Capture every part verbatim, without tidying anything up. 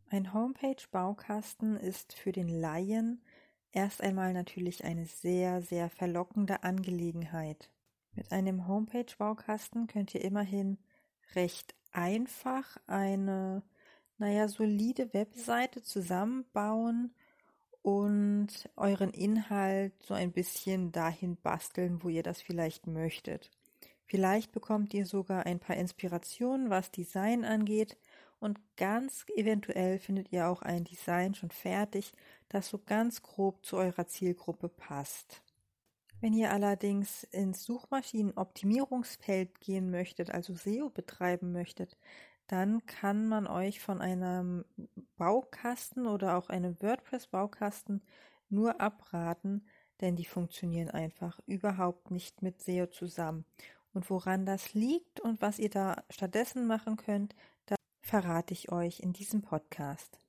Ein Homepage-Baukasten ist für den Laien erst einmal natürlich eine sehr, sehr verlockende Angelegenheit. Mit einem Homepage-Baukasten könnt ihr immerhin recht einfach eine, naja, solide Webseite zusammenbauen und euren Inhalt so ein bisschen dahin basteln, wo ihr das vielleicht möchtet. Vielleicht bekommt ihr sogar ein paar Inspirationen, was Design angeht, und ganz eventuell findet ihr auch ein Design schon fertig, das so ganz grob zu eurer Zielgruppe passt. Wenn ihr allerdings ins Suchmaschinenoptimierungsfeld gehen möchtet, also S E O betreiben möchtet, dann kann man euch von einem Baukasten oder auch einem WordPress-Baukasten nur abraten, denn die funktionieren einfach überhaupt nicht mit S E O zusammen. Und woran das liegt und was ihr da stattdessen machen könnt, das verrate ich euch in diesem Podcast.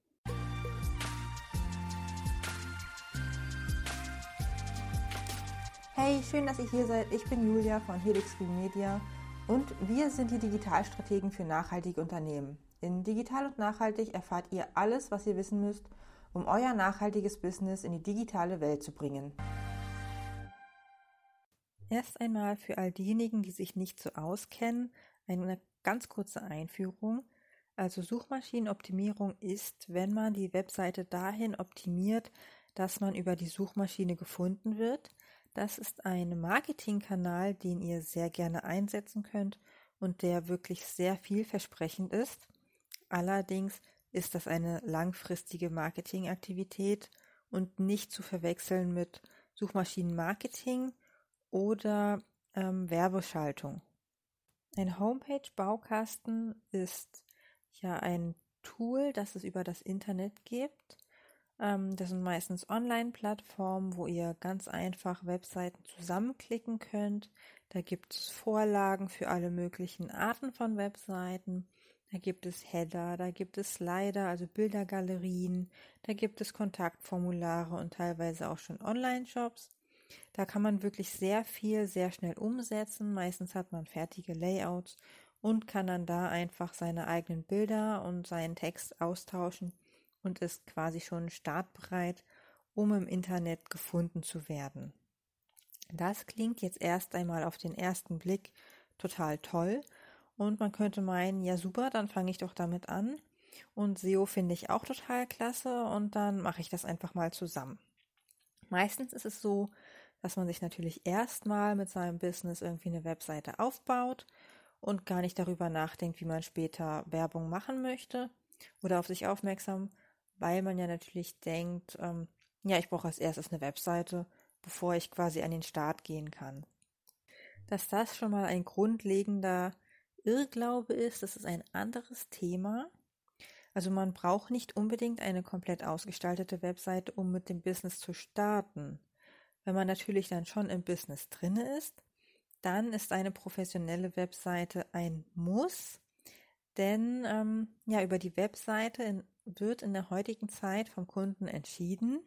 Hey, schön, dass ihr hier seid. Ich bin Julia von Helix Green Media und wir sind die Digitalstrategen für nachhaltige Unternehmen. In Digital und Nachhaltig erfahrt ihr alles, was ihr wissen müsst, um euer nachhaltiges Business in die digitale Welt zu bringen. Erst einmal für all diejenigen, die sich nicht so auskennen, eine ganz kurze Einführung. Also Suchmaschinenoptimierung ist, wenn man die Webseite dahin optimiert, dass man über die Suchmaschine gefunden wird. Das ist ein Marketingkanal, den ihr sehr gerne einsetzen könnt und der wirklich sehr vielversprechend ist. Allerdings ist das eine langfristige Marketingaktivität und nicht zu verwechseln mit Suchmaschinenmarketing oder ähm, Werbeschaltung. Ein Homepage-Baukasten ist ja ein Tool, das es über das Internet gibt. Ähm, das sind meistens Online-Plattformen, wo ihr ganz einfach Webseiten zusammenklicken könnt. Da gibt es Vorlagen für alle möglichen Arten von Webseiten. Da gibt es Header, da gibt es Slider, also Bildergalerien. Da gibt es Kontaktformulare und teilweise auch schon Online-Shops. Da kann man wirklich sehr viel, sehr schnell umsetzen. Meistens hat man fertige Layouts und kann dann da einfach seine eigenen Bilder und seinen Text austauschen und ist quasi schon startbereit, um im Internet gefunden zu werden. Das klingt jetzt erst einmal auf den ersten Blick total toll und man könnte meinen, ja super, dann fange ich doch damit an und S E O finde ich auch total klasse und dann mache ich das einfach mal zusammen. Meistens ist es so, dass man sich natürlich erstmal mit seinem Business irgendwie eine Webseite aufbaut und gar nicht darüber nachdenkt, wie man später Werbung machen möchte oder auf sich aufmerksam, weil man ja natürlich denkt, ähm, ja, ich brauche als erstes eine Webseite, bevor ich quasi an den Start gehen kann. Dass das schon mal ein grundlegender Irrglaube ist, das ist ein anderes Thema. Also man braucht nicht unbedingt eine komplett ausgestaltete Webseite, um mit dem Business zu starten. Wenn man natürlich dann schon im Business drinne ist, dann ist eine professionelle Webseite ein Muss, denn ähm, ja, über die Webseite in, wird in der heutigen Zeit vom Kunden entschieden,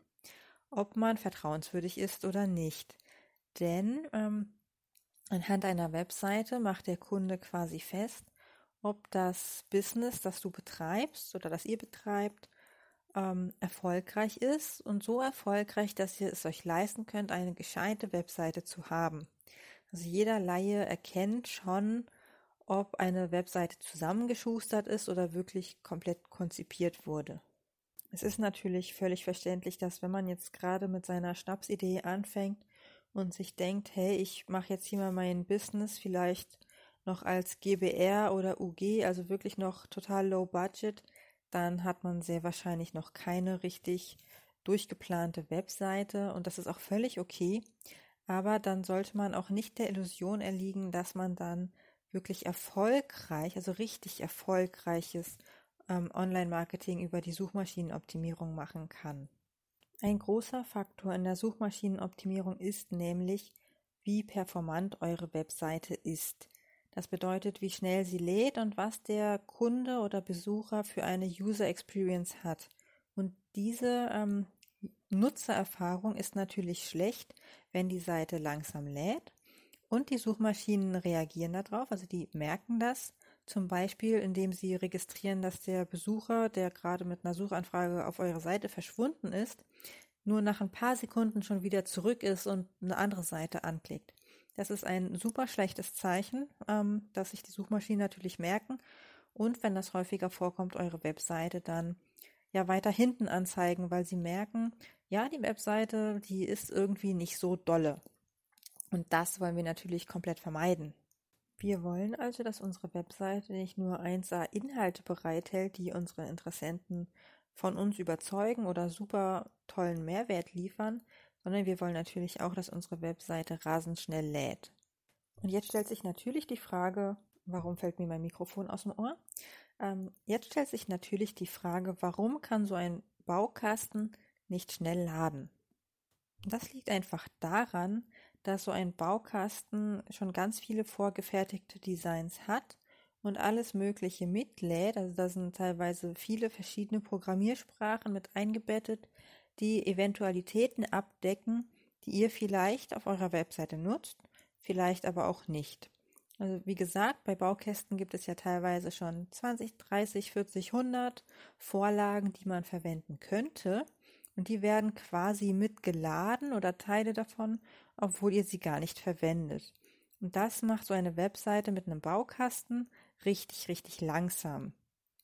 ob man vertrauenswürdig ist oder nicht. Denn ähm, anhand einer Webseite macht der Kunde quasi fest, ob das Business, das du betreibst oder das ihr betreibt, ähm, erfolgreich ist und so erfolgreich, dass ihr es euch leisten könnt, eine gescheite Webseite zu haben. Also jeder Laie erkennt schon, ob eine Webseite zusammengeschustert ist oder wirklich komplett konzipiert wurde. Es ist natürlich völlig verständlich, dass wenn man jetzt gerade mit seiner Schnapsidee anfängt und sich denkt, hey, ich mache jetzt hier mal mein Business vielleicht noch als G B R oder U G, also wirklich noch total low budget, dann hat man sehr wahrscheinlich noch keine richtig durchgeplante Webseite und das ist auch völlig okay. Aber dann sollte man auch nicht der Illusion erliegen, dass man dann wirklich erfolgreich, also richtig erfolgreiches ähm, Online-Marketing über die Suchmaschinenoptimierung machen kann. Ein großer Faktor in der Suchmaschinenoptimierung ist nämlich, wie performant eure Webseite ist. Das bedeutet, wie schnell sie lädt und was der Kunde oder Besucher für eine User Experience hat. Und diese ähm, Nutzererfahrung ist natürlich schlecht, wenn die Seite langsam lädt und die Suchmaschinen reagieren darauf, also die merken das, Zum Beispiel, indem Sie registrieren, dass der Besucher, der gerade mit einer Suchanfrage auf eurer Seite verschwunden ist, nur nach ein paar Sekunden schon wieder zurück ist und eine andere Seite anklickt. Das ist ein super schlechtes Zeichen, ähm, das sich die Suchmaschinen natürlich merken und wenn das häufiger vorkommt, eure Webseite dann ja weiter hinten anzeigen, weil sie merken, ja, die Webseite, die ist irgendwie nicht so dolle. Und das wollen wir natürlich komplett vermeiden. Wir wollen also, dass unsere Webseite nicht nur eins A Inhalte bereithält, die unsere Interessenten von uns überzeugen oder super tollen Mehrwert liefern, sondern wir wollen natürlich auch, dass unsere Webseite rasend schnell lädt. Und jetzt stellt sich natürlich die Frage, warum fällt mir mein Mikrofon aus dem Ohr? Ähm, jetzt stellt sich natürlich die Frage, warum kann so ein Baukasten nicht schnell laden? Das liegt einfach daran, dass so ein Baukasten schon ganz viele vorgefertigte Designs hat und alles Mögliche mitlädt. Also da sind teilweise viele verschiedene Programmiersprachen mit eingebettet, die Eventualitäten abdecken, die ihr vielleicht auf eurer Webseite nutzt, vielleicht aber auch nicht. Also wie gesagt, bei Baukästen gibt es ja teilweise schon zwanzig, dreißig, vierzig, hundert Vorlagen, die man verwenden könnte. Und die werden quasi mitgeladen oder Teile davon, obwohl ihr sie gar nicht verwendet. Und das macht so eine Webseite mit einem Baukasten richtig, richtig langsam.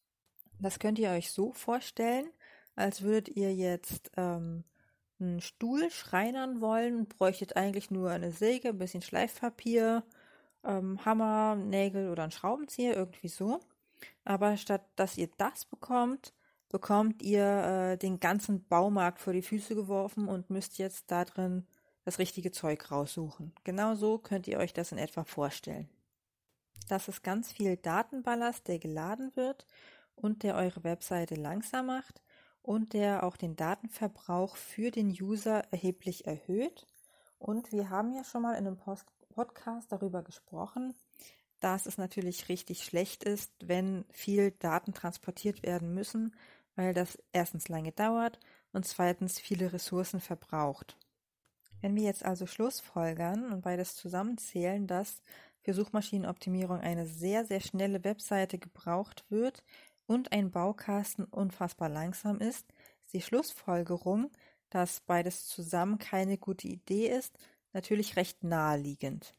Das könnt ihr euch so vorstellen, als würdet ihr jetzt ähm, einen Stuhl schreinern wollen und bräuchtet eigentlich nur eine Säge, ein bisschen Schleifpapier, ähm, Hammer, Nägel oder einen Schraubenzieher, irgendwie so. Aber statt dass ihr das bekommt, bekommt ihr äh, den ganzen Baumarkt vor die Füße geworfen und müsst jetzt da drin das richtige Zeug raussuchen. Genau so könnt ihr euch das in etwa vorstellen. Das ist ganz viel Datenballast, der geladen wird und der eure Webseite langsam macht und der auch den Datenverbrauch für den User erheblich erhöht. Und wir haben ja schon mal in einem Post- Podcast darüber gesprochen, dass es natürlich richtig schlecht ist, wenn viel Daten transportiert werden müssen, weil das erstens lange dauert und zweitens viele Ressourcen verbraucht. Wenn wir jetzt also schlussfolgern und beides zusammenzählen, dass für Suchmaschinenoptimierung eine sehr, sehr schnelle Webseite gebraucht wird und ein Baukasten unfassbar langsam ist, ist die Schlussfolgerung, dass beides zusammen keine gute Idee ist, natürlich recht naheliegend.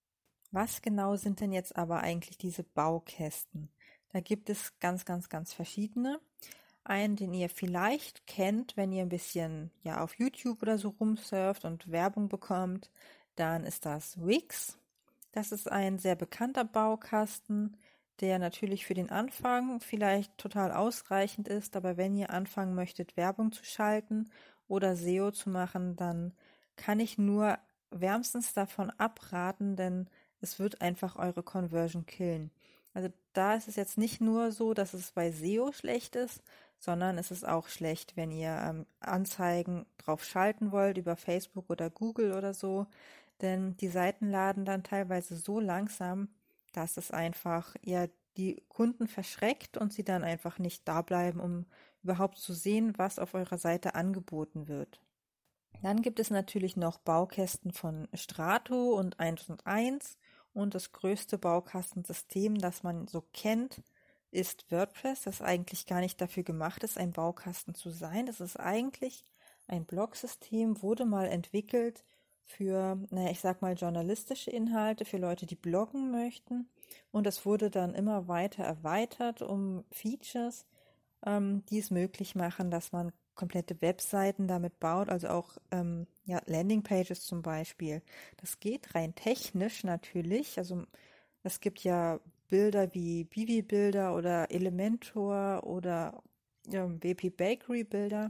Was genau sind denn jetzt aber eigentlich diese Baukästen? Da gibt es ganz, ganz, ganz verschiedene. Einen, den ihr vielleicht kennt, wenn ihr ein bisschen ja auf YouTube oder so rumsurft und Werbung bekommt, dann ist das Wix. Das ist ein sehr bekannter Baukasten, der natürlich für den Anfang vielleicht total ausreichend ist, aber wenn ihr anfangen möchtet, Werbung zu schalten oder S E O zu machen, dann kann ich nur wärmstens davon abraten, denn es wird einfach eure Conversion killen. Also da ist es jetzt nicht nur so, dass es bei S E O schlecht ist, sondern es ist auch schlecht, wenn ihr ähm, Anzeigen drauf schalten wollt über Facebook oder Google oder so, denn die Seiten laden dann teilweise so langsam, dass es einfach ja die Kunden verschreckt und sie dann einfach nicht da bleiben, um überhaupt zu sehen, was auf eurer Seite angeboten wird. Dann gibt es natürlich noch Baukästen von Strato und eins und eins und das größte Baukastensystem, das man so kennt, ist WordPress, das eigentlich gar nicht dafür gemacht ist, ein Baukasten zu sein. Das ist eigentlich ein Blogsystem, wurde mal entwickelt für, naja, ich sag mal journalistische Inhalte, für Leute, die bloggen möchten. Und es wurde dann immer weiter erweitert um Features, ähm, die es möglich machen, dass man komplette Webseiten damit baut, also auch ähm, ja, Landingpages zum Beispiel. Das geht rein technisch natürlich. Also es gibt ja Bilder wie Bivi-Bilder oder Elementor oder ja, W P Bakery-Bilder.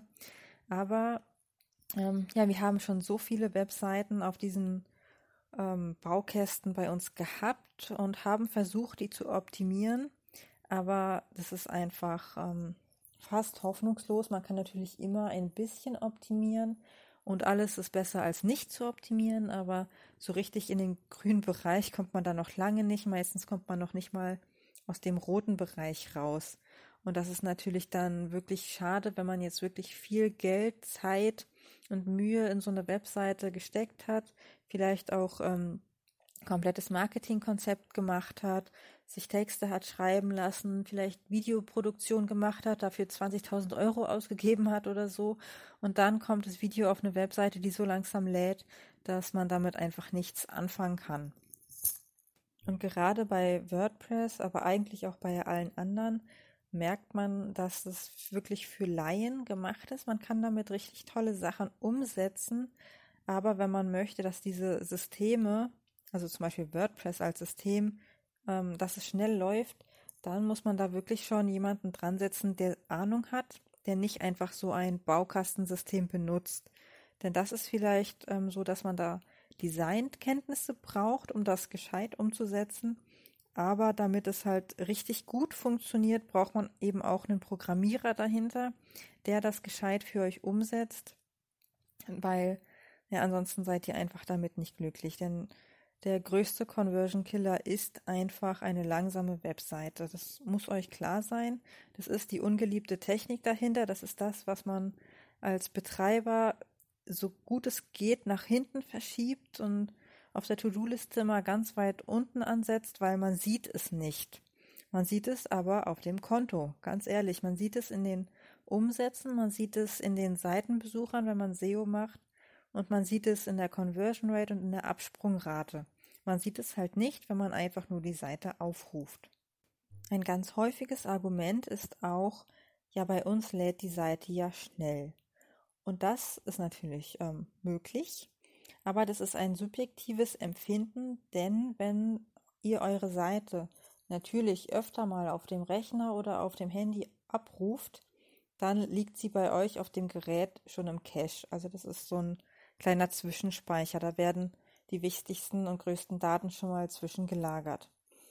Aber ähm, ja, wir haben schon so viele Webseiten auf diesen ähm, Baukästen bei uns gehabt und haben versucht, die zu optimieren. Aber das ist einfach ähm, fast hoffnungslos. Man kann natürlich immer ein bisschen optimieren und alles ist besser als nicht zu optimieren, aber so richtig in den grünen Bereich kommt man da noch lange nicht. Meistens kommt man noch nicht mal aus dem roten Bereich raus. Und das ist natürlich dann wirklich schade, wenn man jetzt wirklich viel Geld, Zeit und Mühe in so eine Webseite gesteckt hat, vielleicht auch ähm, komplettes Marketingkonzept gemacht hat, sich Texte hat schreiben lassen, vielleicht Videoproduktion gemacht hat, dafür zwanzigtausend Euro ausgegeben hat oder so. Und dann kommt das Video auf eine Webseite, die so langsam lädt, dass man damit einfach nichts anfangen kann. Und gerade bei WordPress, aber eigentlich auch bei allen anderen, merkt man, dass es wirklich für Laien gemacht ist. Man kann damit richtig tolle Sachen umsetzen, aber wenn man möchte, dass diese Systeme, also zum Beispiel WordPress als System, ähm, dass es schnell läuft, dann muss man da wirklich schon jemanden dran setzen, der Ahnung hat, der nicht einfach so ein Baukastensystem benutzt. Denn das ist vielleicht ähm, so, dass man da Designkenntnisse braucht, um das gescheit umzusetzen. Aber damit es halt richtig gut funktioniert, braucht man eben auch einen Programmierer dahinter, der das gescheit für euch umsetzt, weil ja, ansonsten seid ihr einfach damit nicht glücklich. Denn der größte Conversion Killer ist einfach eine langsame Webseite. Das muss euch klar sein. Das ist die ungeliebte Technik dahinter. Das ist das, was man als Betreiber so gut es geht nach hinten verschiebt und auf der To-Do-Liste mal ganz weit unten ansetzt, weil man sieht es nicht. Man sieht es aber auf dem Konto, ganz ehrlich. Man sieht es in den Umsätzen, man sieht es in den Seitenbesuchern, wenn man S E O macht, und man sieht es in der Conversion Rate und in der Absprungrate. Man sieht es halt nicht, wenn man einfach nur die Seite aufruft. Ein ganz häufiges Argument ist auch, ja, bei uns lädt die Seite ja schnell. Und das ist natürlich ähm, möglich. Aber das ist ein subjektives Empfinden, denn wenn ihr eure Seite natürlich öfter mal auf dem Rechner oder auf dem Handy abruft, dann liegt sie bei euch auf dem Gerät schon im Cache. Also das ist so ein kleiner Zwischenspeicher. Da werden die wichtigsten und größten Daten schon mal zwischengelagert.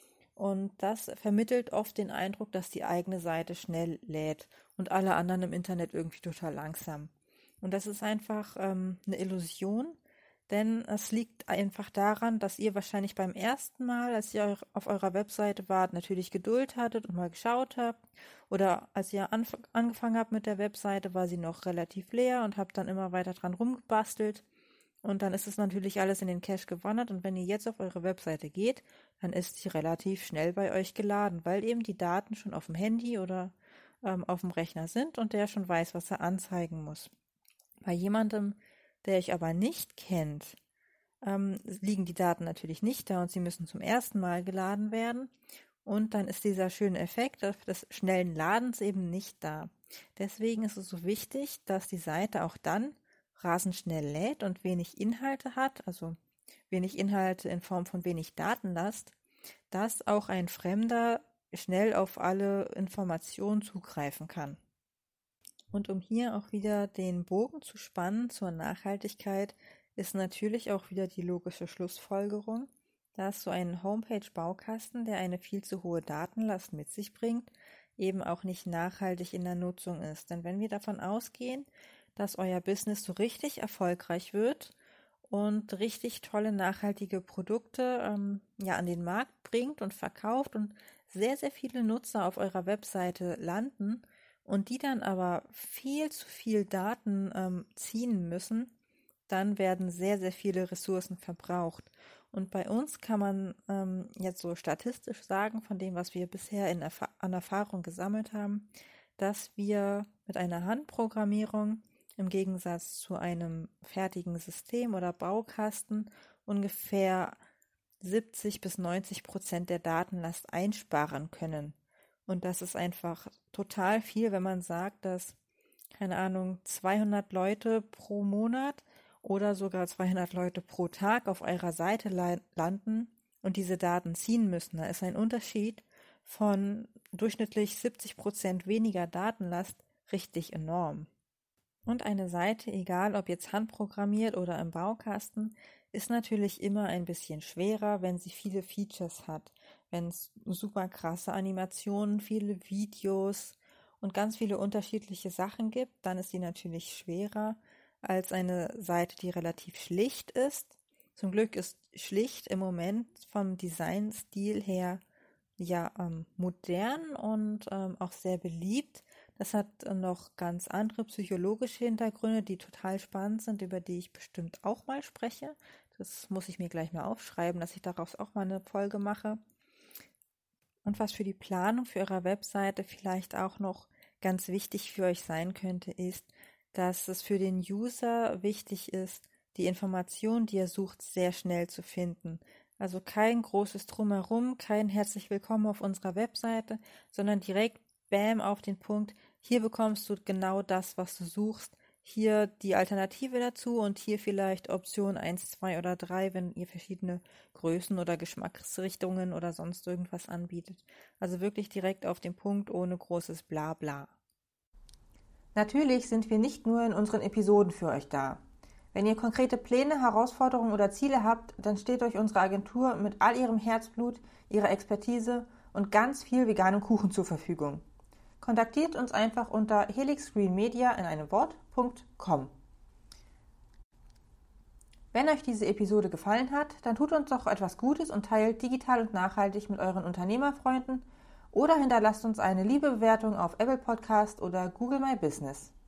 Und das vermittelt oft den Eindruck, dass die eigene Seite schnell lädt und alle anderen im Internet irgendwie total langsam. Und das ist einfach ähm, eine Illusion. Denn es liegt einfach daran, dass ihr wahrscheinlich beim ersten Mal, als ihr auf eurer Webseite wart, natürlich Geduld hattet und mal geschaut habt. Oder als ihr anf- angefangen habt mit der Webseite, war sie noch relativ leer und habt dann immer weiter dran rumgebastelt. Und dann ist es natürlich alles in den Cache gewandert. Und wenn ihr jetzt auf eure Webseite geht, dann ist sie relativ schnell bei euch geladen, weil eben die Daten schon auf dem Handy oder ähm, auf dem Rechner sind und der schon weiß, was er anzeigen muss. Bei jemandem, der euch aber nicht kennt, ähm, liegen die Daten natürlich nicht da und sie müssen zum ersten Mal geladen werden. Und dann ist dieser schöne Effekt des schnellen Ladens eben nicht da. Deswegen ist es so wichtig, dass die Seite auch dann rasend schnell lädt und wenig Inhalte hat, also wenig Inhalte in Form von wenig Datenlast, dass auch ein Fremder schnell auf alle Informationen zugreifen kann. Und um hier auch wieder den Bogen zu spannen zur Nachhaltigkeit, ist natürlich auch wieder die logische Schlussfolgerung, dass so ein Homepage-Baukasten, der eine viel zu hohe Datenlast mit sich bringt, eben auch nicht nachhaltig in der Nutzung ist. Denn wenn wir davon ausgehen, dass euer Business so richtig erfolgreich wird und richtig tolle nachhaltige Produkte ähm, ja an den Markt bringt und verkauft und sehr, sehr viele Nutzer auf eurer Webseite landen, und die dann aber viel zu viel Daten ähm, ziehen müssen, dann werden sehr, sehr viele Ressourcen verbraucht. Und bei uns kann man ähm, jetzt so statistisch sagen, von dem, was wir bisher in Erfa- an Erfahrung gesammelt haben, dass wir mit einer Handprogrammierung im Gegensatz zu einem fertigen System oder Baukasten ungefähr siebzig bis neunzig Prozent der Datenlast einsparen können. Und das ist einfach total viel, wenn man sagt, dass, keine Ahnung, zweihundert Leute pro Monat oder sogar zweihundert Leute pro Tag auf eurer Seite la- landen und diese Daten ziehen müssen. Da ist ein Unterschied von durchschnittlich siebzig Prozent weniger Datenlast richtig enorm. Und eine Seite, egal ob jetzt handprogrammiert oder im Baukasten, ist natürlich immer ein bisschen schwerer, wenn sie viele Features hat. Wenn es super krasse Animationen, viele Videos und ganz viele unterschiedliche Sachen gibt, dann ist sie natürlich schwerer als eine Seite, die relativ schlicht ist. Zum Glück ist schlicht im Moment vom Designstil her ja ähm, modern und ähm, auch sehr beliebt. Das hat äh, noch ganz andere psychologische Hintergründe, die total spannend sind, über die ich bestimmt auch mal spreche. Das Das muss ich mir gleich mal aufschreiben, dass ich daraus auch mal eine Folge mache. Und was für die Planung für eure Webseite vielleicht auch noch ganz wichtig für euch sein könnte, ist, dass es für den User wichtig ist, die Information, die er sucht, sehr schnell zu finden. Also kein großes Drumherum, kein herzlich willkommen auf unserer Webseite, sondern direkt bam auf den Punkt. Hier bekommst du genau das, was du suchst. Hier die Alternative dazu und hier vielleicht Option eins, zwei oder drei, wenn ihr verschiedene Größen oder Geschmacksrichtungen oder sonst irgendwas anbietet. Also wirklich direkt auf den Punkt, ohne großes Blabla. Natürlich sind wir nicht nur in unseren Episoden für euch da. Wenn ihr konkrete Pläne, Herausforderungen oder Ziele habt, dann steht euch unsere Agentur mit all ihrem Herzblut, ihrer Expertise und ganz viel veganem Kuchen zur Verfügung. Kontaktiert uns einfach unter helixgreenmedia in einem Wort punkt com. Wenn euch diese Episode gefallen hat, dann tut uns doch etwas Gutes und teilt digital und nachhaltig mit euren Unternehmerfreunden oder hinterlasst uns eine liebe Bewertung auf Apple Podcast oder Google My Business.